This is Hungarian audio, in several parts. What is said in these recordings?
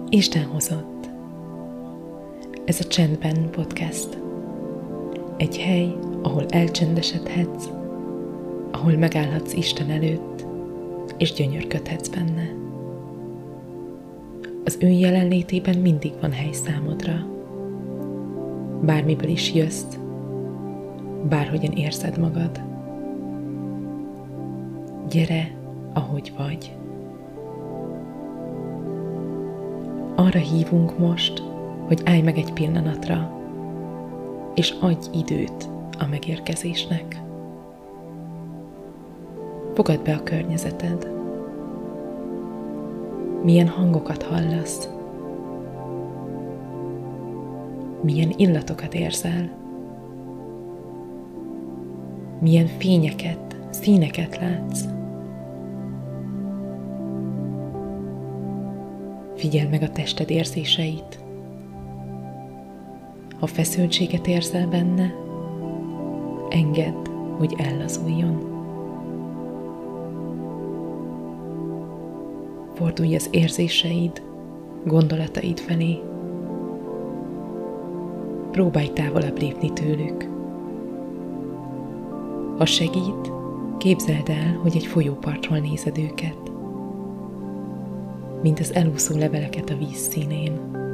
Isten hozott. Ez a Csendben podcast. Egy hely, ahol elcsendesedhetsz, ahol megállhatsz Isten előtt, és gyönyörködhetsz benne. Az ő jelenlétében mindig van hely számodra. Bármiből is jössz, bárhogyan érzed magad. Gyere, ahogy vagy. Arra hívunk most, hogy állj meg egy pillanatra, és adj időt a megérkezésnek. Fogadd be a környezeted. Milyen hangokat hallasz? Milyen illatokat érzel? Milyen fényeket, színeket látsz? Figyeld meg a tested érzéseit. Ha feszültséget érzel benne, engedd, hogy ellazuljon. Fordulj az érzéseid, gondolataid felé. Próbálj távolabb lépni tőlük. Ha segít, képzeld el, hogy egy folyópartról nézed őket, mint az elúszó leveleket a víz színén.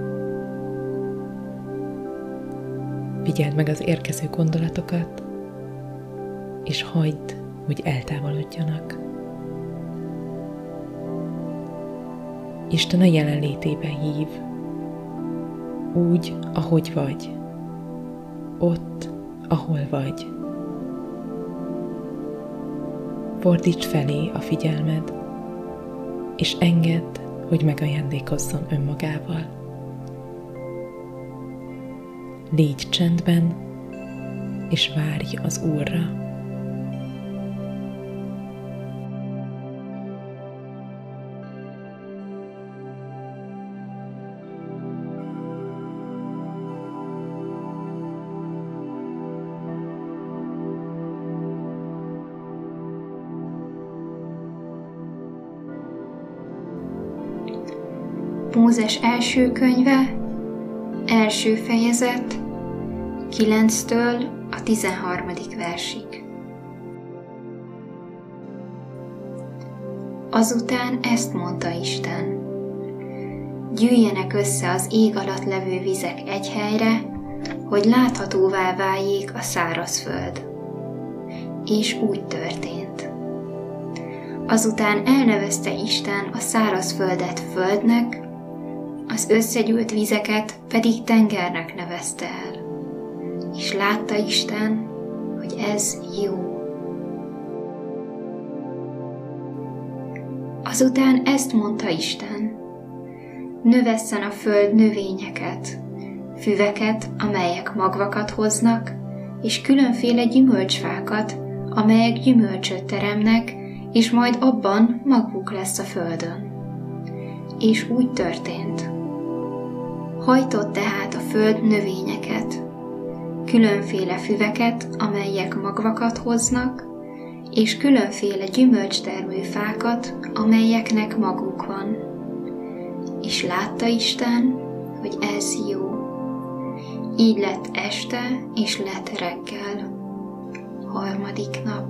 Figyeld meg az érkező gondolatokat, és hagyd, hogy eltávolodjanak. Isten a jelenlétébe hív, úgy, ahogy vagy, ott, ahol vagy. Fordítsd felé a figyelmed, és engedd, hogy megajándékozzon önmagával. Légy csendben, és várj az Úrra. Mózes első könyve, első fejezet, 9-től a 13. versig. Azután ezt mondta Isten: gyűjjenek össze az ég alatt levő vizek egy helyre, hogy láthatóvá váljék a szárazföld. És úgy történt. Azután elnevezte Isten a szárazföldet földnek, az összegyűlt vizeket pedig tengernek nevezte el. És látta Isten, hogy ez jó. Azután ezt mondta Isten: növesszen a föld növényeket, füveket, amelyek magvakat hoznak, és különféle gyümölcsfákat, amelyek gyümölcsöt teremnek, és majd abban magvuk lesz a földön. És úgy történt. Hajtott tehát a föld növényeket, különféle füveket, amelyek magvakat hoznak, és különféle gyümölcstermő fákat, amelyeknek maguk van. És látta Isten, hogy ez jó. Így lett este, és lett reggel. 3. nap.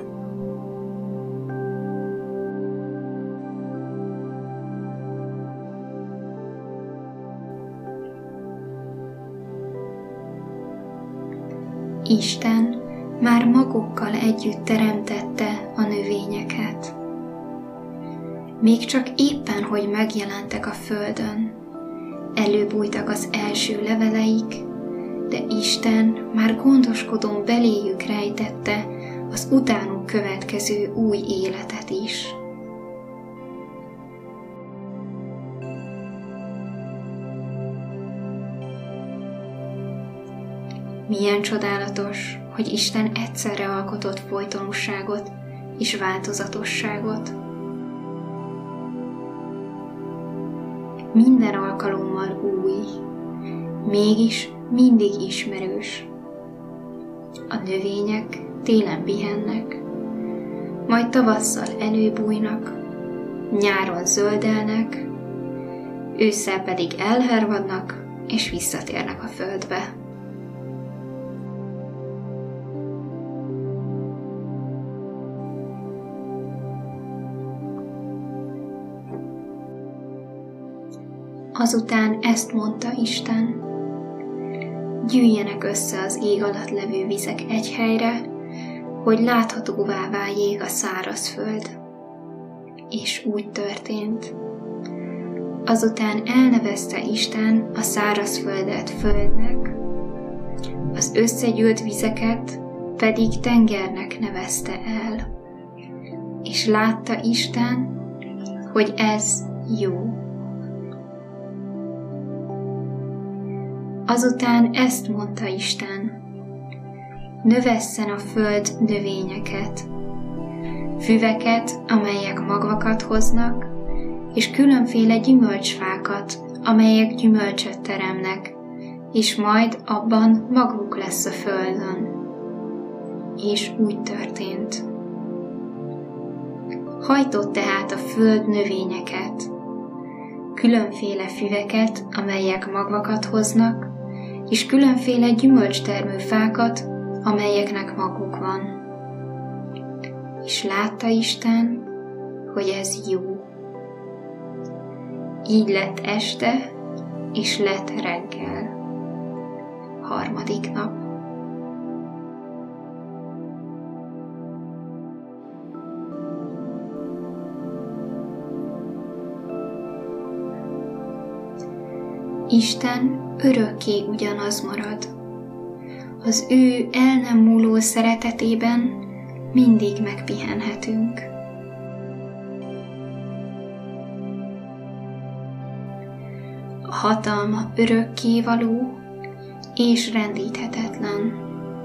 Isten már magukkal együtt teremtette a növényeket. Még csak éppen, hogy megjelentek a földön, előbújtak az első leveleik, de Isten már gondoskodón beléjük rejtette az utánuk következő új életet is. Milyen csodálatos, hogy Isten egyszerre alkotott folytonosságot és változatosságot. Minden alkalommal új, mégis mindig ismerős. A növények télen pihennek, majd tavasszal előbújnak, nyáron zöldelnek, ősszel pedig elhervadnak és visszatérnek a földbe. Azután ezt mondta Isten: gyűjjenek össze az ég alatt levő vizek egy helyre, hogy láthatóvá váljék a szárazföld. És úgy történt. Azután elnevezte Isten a szárazföldet földnek, az összegyűlt vizeket pedig tengernek nevezte el. És látta Isten, hogy ez jó. Azután ezt mondta Isten: növesszen a föld növényeket, füveket, amelyek magvakat hoznak, és különféle gyümölcsfákat, amelyek gyümölcsöt teremnek, és majd abban magvuk lesz a földön. És úgy történt. Hajtott tehát a föld növényeket, különféle füveket, amelyek magvakat hoznak, és különféle gyümölcstermő fákat, amelyeknek maguk van. És látta Isten, hogy ez jó. Így lett este, és lett reggel. 3. nap. Isten örökké ugyanaz marad. Az ő el nem múló szeretetében mindig megpihenhetünk. A hatalma örökkévaló és rendíthetetlen.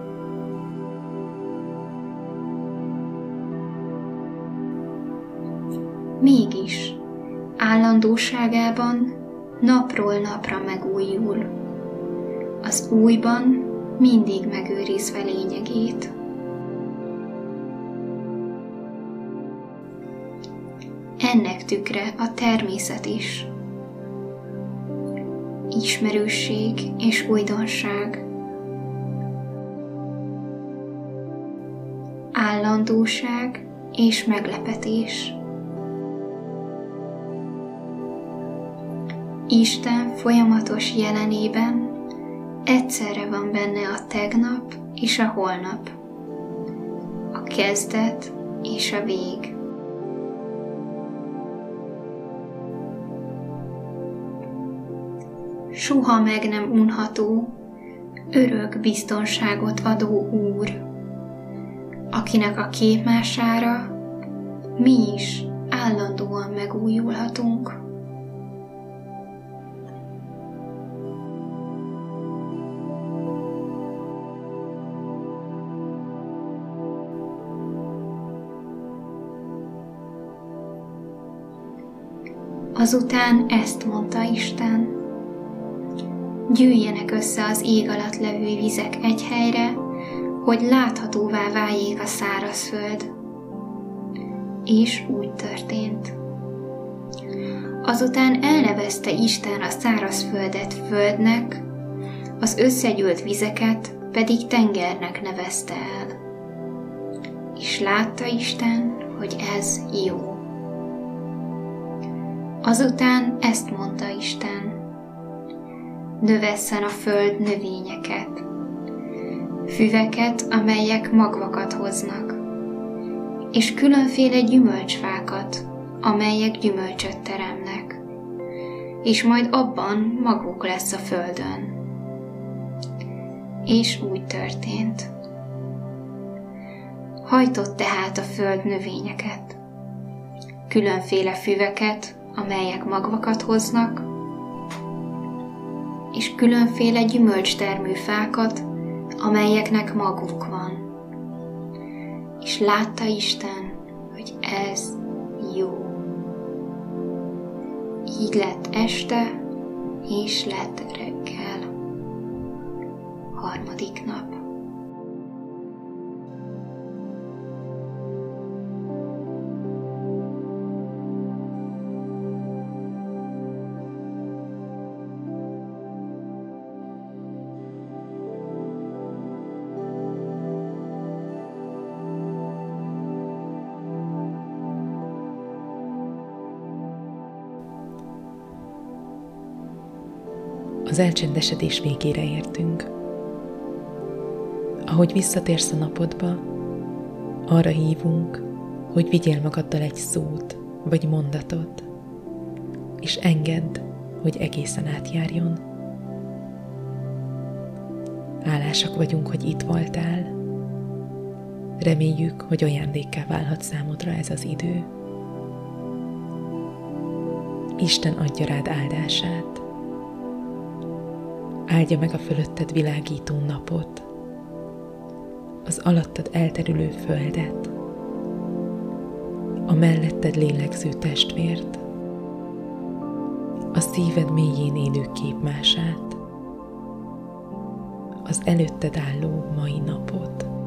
Mégis állandóságában napról napra megújul, az újban mindig megőrizve lényegét. Ennek tükre a természet is. Ismerősség és újdonság, állandóság és meglepetés. Isten folyamatos jelenében egyszerre van benne a tegnap és a holnap, a kezdet és a vég. Soha meg nem unható, örök biztonságot adó Úr, akinek a képmására mi is állandóan megújulhatunk. Azután ezt mondta Isten: gyűjjenek össze az ég alatt levő vizek egy helyre, hogy láthatóvá váljék a szárazföld. És úgy történt. Azután elnevezte Isten a szárazföldet földnek, az összegyűlt vizeket pedig tengernek nevezte el. És látta Isten, hogy ez jó. Azután ezt mondta Isten: növesszen a föld növényeket, füveket, amelyek magvakat hoznak, és különféle gyümölcsfákat, amelyek gyümölcsöt teremnek, és majd abban maguk lesz a földön. És úgy történt. Hajtott tehát a föld növényeket, különféle füveket, amelyek magvakat hoznak, és különféle gyümölcstermő fákat, amelyeknek maguk van. És látta Isten, hogy ez jó. Így lett este, és lett reggel. 3. nap. Az elcsendesedés végére értünk. Ahogy visszatérsz a napodba, arra hívunk, hogy vigyél magaddal egy szót vagy mondatot, és engedd, hogy egészen átjárjon. Hálásak vagyunk, hogy itt voltál. Reméljük, hogy ajándékká válhat számodra ez az idő. Isten adja rád áldását. Áldja meg a fölötted világító napot, az alattad elterülő földet, a melletted lélegző testvért, a szíved mélyén élő képmását, az előtted álló mai napot.